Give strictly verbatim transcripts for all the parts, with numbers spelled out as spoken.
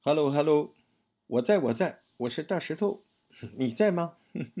Hello Hello，我在我在，我是大石头，你在吗？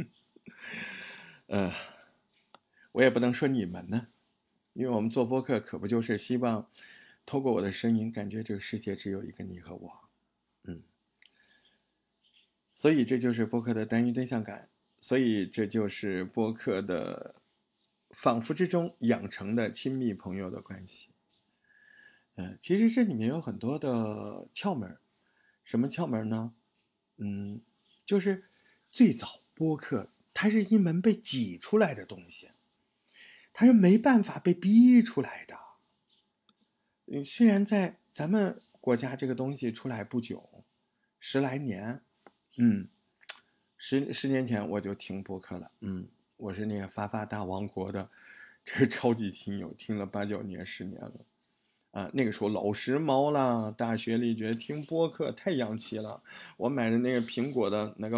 呃，我也不能说你们呢，因为我们做播客可不就是希望透过我的声音，感觉这个世界只有一个你和我，嗯，所以这就是播客的单一对象感，所以这就是播客的仿佛之中养成的亲密朋友的关系。呃，其实这里面有很多的窍门，什么窍门呢？嗯，就是最早播客它是一门被挤出来的东西，它是没办法被逼出来的。嗯，虽然在咱们国家这个东西出来不久，十来年，嗯，十十年前我就听播客了，嗯，我是那个发发大王国的这个超级听友，听了八九年、十年了。啊，那个时候老时髦了，大学里觉得听播客太洋气了。我买的那个苹果的那个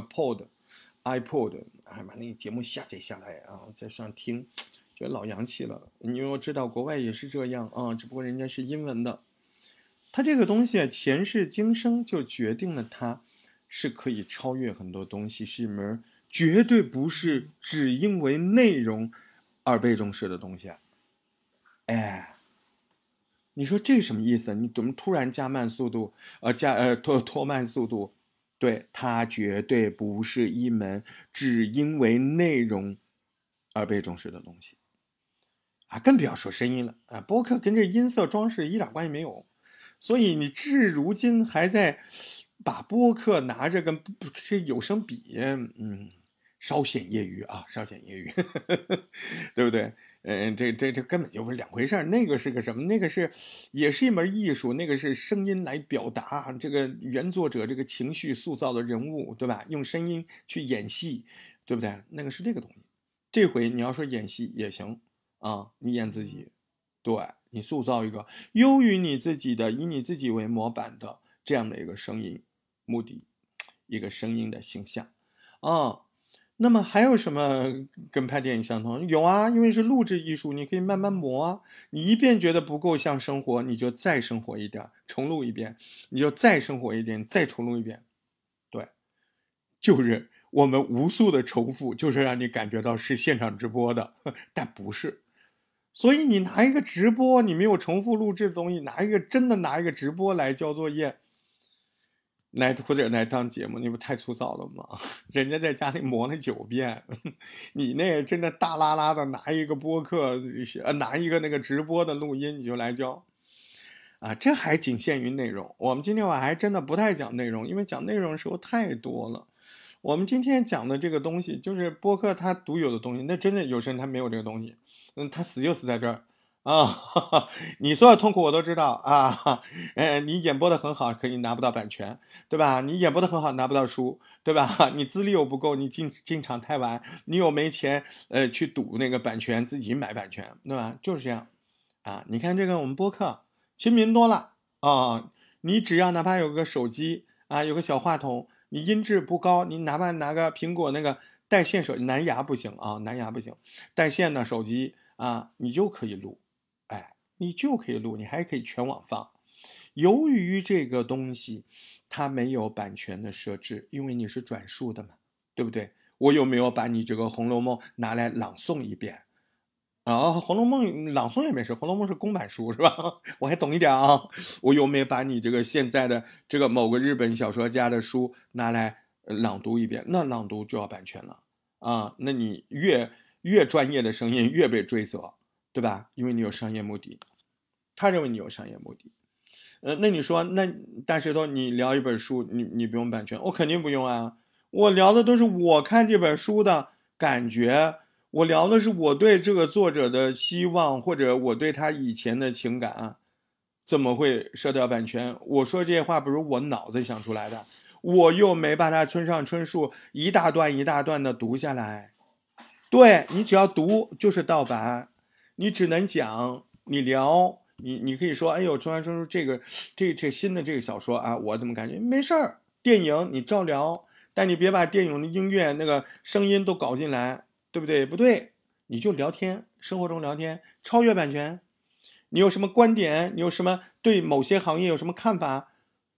Pod，iPod，哎，把那个节目下载下来啊，在上听，觉得老洋气了。因为我知道国外也是这样啊，只不过人家是英文的。它这个东西前世今生就决定了它是可以超越很多东西，是一门绝对不是只因为内容而被重视的东西。哎。你说这是什么意思？你怎么突然加慢速度？呃，加呃拖拖慢速度？对，它绝对不是一门只因为内容而被重视的东西啊，更不要说声音了啊！播客跟这音色装饰一点关系没有，所以你至如今还在把播客拿着跟这有声比，嗯，稍显业余啊，稍显业余，对不对？嗯，这这这根本就不是两回事儿。那个是个什么？那个是也是一门艺术，那个是声音来表达这个原作者这个情绪塑造的人物，对吧？用声音去演戏，对不对？那个是这个东西。这回你要说演戏也行啊，你演自己，对，你塑造一个优于你自己的，以你自己为模板的这样的一个声音目的，一个声音的形象啊。那么还有什么跟拍电影相同？有啊，因为是录制艺术，你可以慢慢磨啊。你一遍觉得不够像生活，你就再生活一点，重录一遍，你就再生活一点，再重录一遍。对，就是我们无数的重复，就是让你感觉到是现场直播的，但不是。所以你拿一个直播，你没有重复录制的东西，拿一个真的拿一个直播来交作业，来或者来当节目，你不太粗糙了吗？人家在家里磨了九遍，你那真的大拉拉的拿一个播客，呃，拿一个那个直播的录音你就来教，啊，这还仅限于内容。我们今天我还真的不太讲内容，因为讲内容的时候太多了。我们今天讲的这个东西，就是播客它独有的东西，那真的有些人他没有这个东西，嗯，他死就死在这儿。啊，哈哈，你所有痛苦我都知道啊，呃，你演播的很好，可以拿不到版权，对吧？你演播的很好，拿不到书，对吧？你资历又不够，你进进场太晚，你又没钱，呃，去赌那个版权，自己买版权，对吧？就是这样，啊，你看这个我们播客亲民多了啊，你只要哪怕有个手机啊，有个小话筒，你音质不高，你哪怕拿个苹果那个带线手蓝牙不行啊，蓝牙不行，带线的手机啊，你就可以录。哎，你就可以录，你还可以全网放。由于这个东西它没有版权的设置，因为你是转述的嘛，对不对？我有没有把你这个《红楼梦》拿来朗诵一遍？啊，《红楼梦》朗诵也没事，《红楼梦》是公版书是吧？我还懂一点啊。我有没有把你这个现在的这个某个日本小说家的书拿来朗读一遍？那朗读就要版权了啊。那你越越专业的声音越被追责，对吧？因为你有商业目的，他认为你有商业目的。呃，那你说，那大石头，你聊一本书，你你不用版权？我肯定不用啊。我聊的都是我看这本书的感觉，我聊的是我对这个作者的希望，或者我对他以前的情感，怎么会涉掉版权？我说这些话不是我脑子想出来的，我又没把它村上春树一大段一大段的读下来。对，你只要读就是盗版，你只能讲，你聊，你你可以说，哎呦，村上春树这个这这新的这个小说啊，我怎么感觉没事儿？电影你照聊，但你别把电影的音乐那个声音都搞进来，对不对？不对，你就聊天，生活中聊天，超越版权。你有什么观点？你有什么对某些行业有什么看法？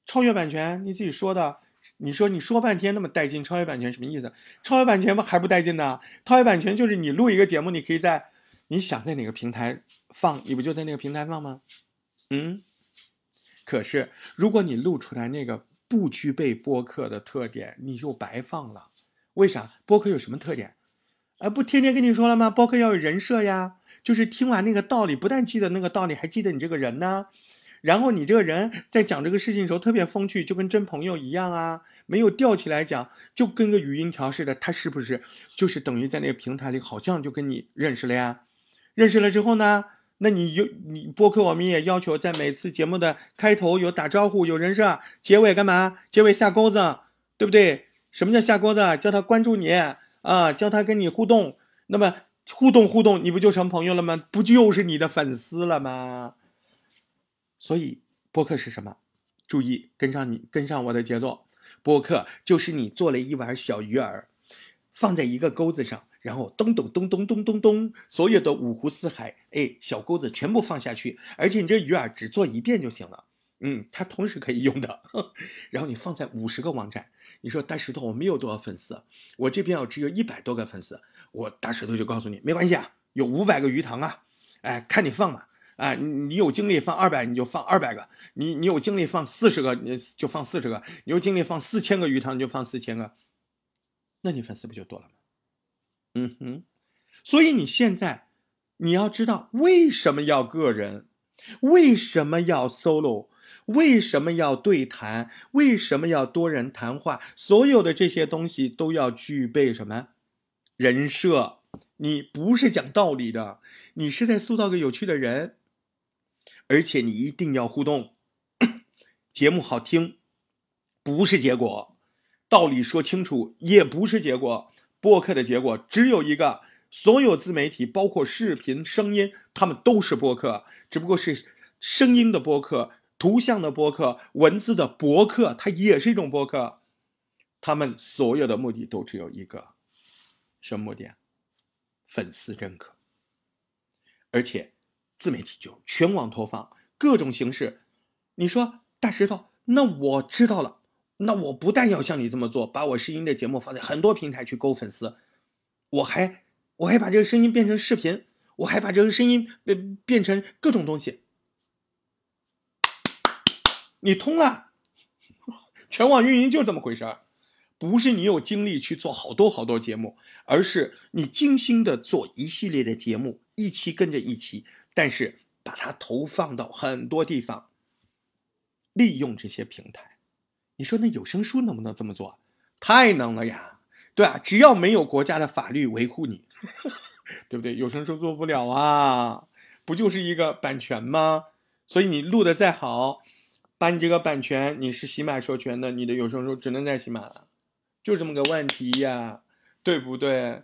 超越版权，你自己说的。你说你说半天那么带劲，超越版权什么意思？超越版权不还不带劲呢？超越版权就是你录一个节目，你可以在你想在哪个平台放，你不就在那个平台放吗？嗯。可是如果你录出来那个不具备播客的特点，你就白放了。为啥？播客有什么特点？啊，不天天跟你说了吗？播客要有人设呀，就是听完那个道理，不但记得那个道理，还记得你这个人呢。然后你这个人在讲这个事情的时候特别风趣，就跟真朋友一样啊，没有吊起来讲，就跟个语音条似的，他是不是就是等于在那个平台里好像就跟你认识了呀？认识了之后呢，那你有你播客我们也要求在每次节目的开头有打招呼有人设，结尾干嘛？结尾下钩子，对不对？什么叫下钩子？叫他关注你啊，叫他跟你互动，那么互动互动，你不就成朋友了吗？不就是你的粉丝了吗？所以播客是什么？注意跟上你跟上我的节奏。播客就是你做了一碗小鱼饵，放在一个钩子上，然后咚咚咚咚咚咚咚，所有的五湖四海，哎，小钩子全部放下去，而且你这鱼饵只做一遍就行了。嗯，它同时可以用的。然后你放在五十个网站，你说大石头我没有多少粉丝，我这边我只有一百多个粉丝，我大石头就告诉你没关系啊，有五百个鱼塘啊，哎，看你放嘛。啊，你有精力放二百，你就放二百个；你你有精力放四十个，你就放四十个；你有精力放四千个鱼塘，你就放四千个。那你粉丝不就多了吗？嗯哼。所以你现在你要知道为什么要个人，为什么要 solo， 为什么要对谈，为什么要多人谈话，所有的这些东西都要具备什么？人设。你不是讲道理的，你是在塑造个有趣的人。而且你一定要互动，节目好听不是结果，道理说清楚也不是结果，播客的结果只有一个，所有自媒体包括视频声音他们都是播客，只不过是声音的播客，图像的播客，文字的博客，它也是一种播客，他们所有的目的都只有一个，什么目的？粉丝认可。而且自媒体就全网投放，各种形式。你说大石头，那我知道了，那我不但要像你这么做，把我声音的节目放在很多平台去勾粉丝，我还我还把这个声音变成视频，我还把这个声音变变成各种东西。你通了，全网运营就这么回事儿。不是你有精力去做好多好多节目，而是你精心的做一系列的节目，一期跟着一期，但是把它投放到很多地方，利用这些平台。你说那有声书能不能这么做？太能了呀，对啊，只要没有国家的法律维护你，对不对？有声书做不了啊，不就是一个版权吗？所以你录的再好，把你这个版权你是喜马授权的，你的有声书只能在喜马了。就这么个问题呀，对不对？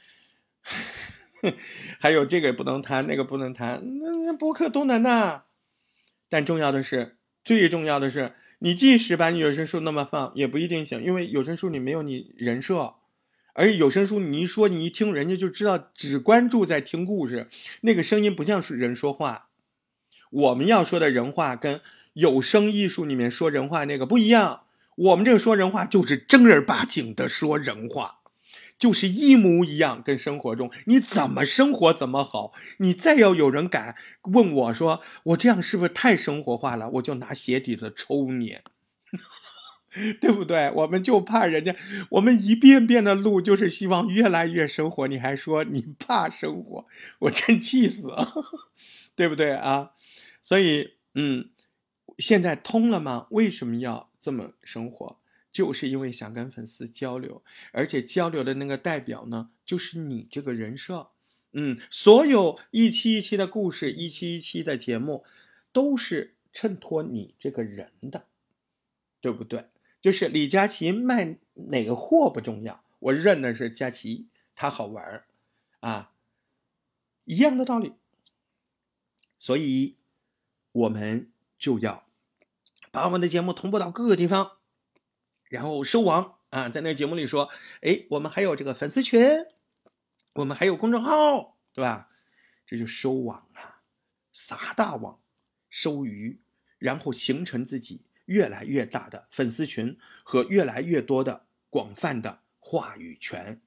还有这个不能谈，那个不能谈，那那播客都能呐。但重要的是，最重要的是，你即使把你有声书那么放，也不一定行，因为有声书里没有你人设，而有声书你一说，你一听，人家就知道只关注在听故事，那个声音不像是人说话。我们要说的人话跟有声艺术里面说人话那个不一样。我们这个说人话就是正儿八经的说人话，就是一模一样，跟生活中你怎么生活怎么好。你再要有人敢问我说我这样是不是太生活化了，我就拿鞋底子抽你。对不对？我们就怕人家，我们一遍遍的录，就是希望越来越生活，你还说你怕生活，我真气死了，对不对啊？所以，嗯，现在通了吗？为什么要这么生活？就是因为想跟粉丝交流，而且交流的那个代表呢，就是你这个人设。嗯，所有一期一期的故事，一期一期的节目，都是衬托你这个人的，对不对？就是李佳琦卖哪个货不重要，我认的是佳琦，他好玩啊，一样的道理。所以我们就要把我们的节目同步到各个地方，然后收网啊，在那个节目里说，哎，我们还有这个粉丝群，我们还有公众号，对吧？这就收网啊，撒大网，收鱼，然后形成自己越来越大的粉丝群和越来越多的广泛的话语权。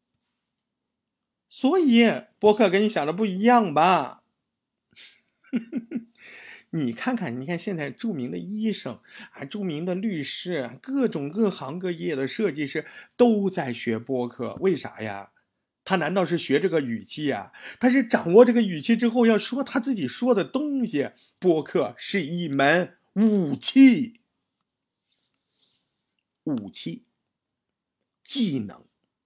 所以播客跟你想的不一样吧？你看看，你看现在著名的医生啊，著名的律师，各种各行各业的设计师都在学播客，为啥呀？他难道是学这个语气呀？他是掌握这个语气之后要说他自己说的东西。播客是一门武器，武器，技能。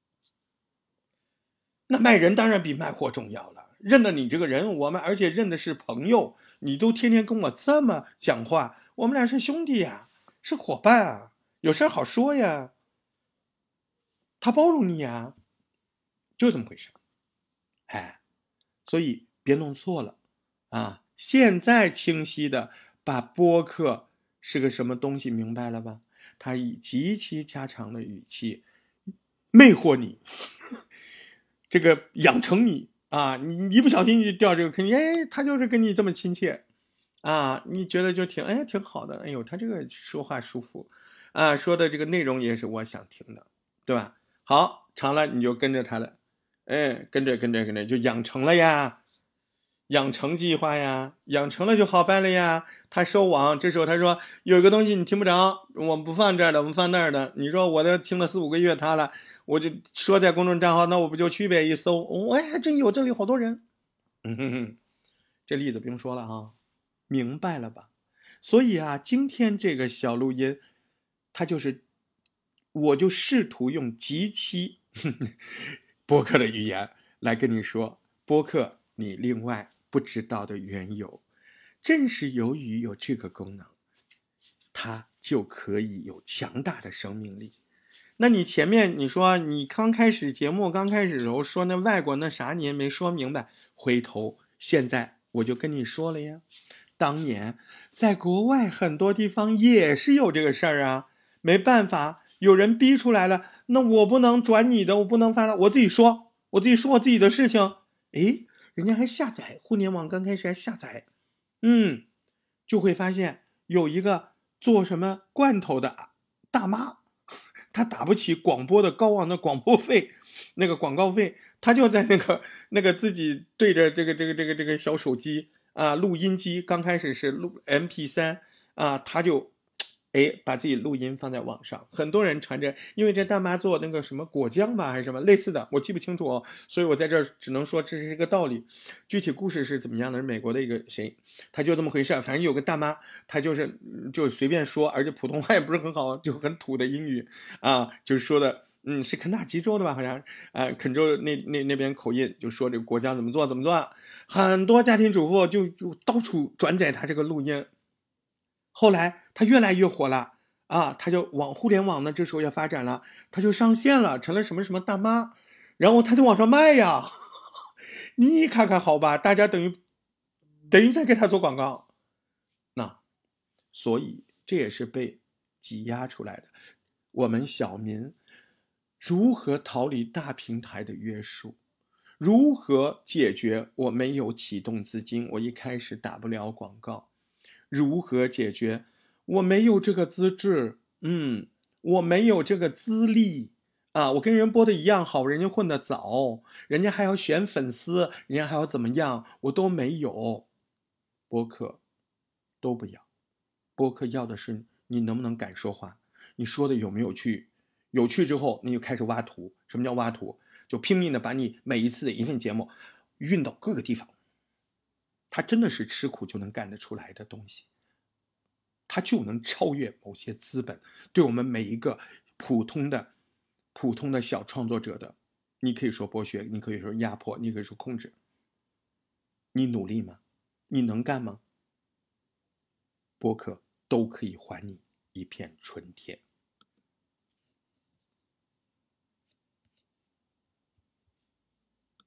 那卖人当然比卖货重要了。认了你这个人，我们而且认的是朋友，你都天天跟我这么讲话，我们俩是兄弟呀，是伙伴啊，有事好说呀。他包容你呀，就这么回事。哎，所以别弄错了啊！现在清晰的把播客是个什么东西明白了吧？他以极其家常的语气魅惑你，这个养成你啊，你一不小心你就掉这个坑，哎，他就是跟你这么亲切啊，你觉得就挺哎挺好的，哎呦，他这个说话舒服啊，说的这个内容也是我想听的，对吧？好，长了你就跟着他的，哎，跟着跟着跟着就养成了呀。养成计划呀，养成了就好办了呀。他收网，这时候他说有一个东西你听不着，我们不放这儿的，我们放那儿的。你说我这听了四五个月他了，我就说在公众账号，那我不就去呗？一搜，哦，哎，还真有，这里好多人。嗯哼哼，这例子不用说了啊，明白了吧？所以啊，今天这个小录音，它就是，我就试图用极其播客的语言来跟你说，播客你另外不知道的缘由，正是由于有这个功能，它就可以有强大的生命力。那你前面你说你刚开始节目刚开始的时候说那外国那啥你也没说明白，回头现在我就跟你说了呀，当年在国外很多地方也是有这个事儿啊，没办法，有人逼出来了，那我不能转你的，我不能发了，我自己说，我自己说我自己的事情。诶，人家还下载，互联网刚开始还下载，嗯，就会发现有一个做什么罐头的大妈，她打不起广播的高昂的广播费，那个广告费，她就在那个那个自己对着这个这个这个这个小手机啊，录音机，刚开始是录 M P 三 啊，她就哎把自己录音放在网上，很多人传着，因为这大妈做那个什么果浆吧还是什么类似的，我记不清楚哦，所以我在这儿只能说这是一个道理，具体故事是怎么样的？是美国的一个谁，他就这么回事，反正有个大妈，她就是就随便说，而且普通话也不是很好，就很土的英语啊，就是说的。嗯，是肯塔基州的吧？好像，啊、呃，肯州那那那边口音，就说这个果浆怎么做怎么做，很多家庭主妇就就到处转载他这个录音。后来他越来越火了啊，他就往互联网呢，这时候也发展了，他就上线了，成了什么什么大妈，然后他在网上卖呀。你看看好吧，大家等于等于在给他做广告，那所以这也是被挤压出来的。我们小民如何逃离大平台的约束？如何解决我没有启动资金，我一开始打不了广告？如何解决我没有这个资质？嗯，我没有这个资历啊！我跟人播的一样好，人家混得早，人家还要选粉丝，人家还要怎么样，我都没有。播客都不要，播客要的是你能不能敢说话，你说的有没有趣？有趣之后，你就开始挖土。什么叫挖土？就拼命的把你每一次的一份节目运到各个地方。它真的是吃苦就能干得出来的东西，它就能超越某些资本对我们每一个普通的、普通的小创作者的，你可以说剥削，你可以说压迫，你可以说控制。你努力吗？你能干吗？播客都可以还你一片春天。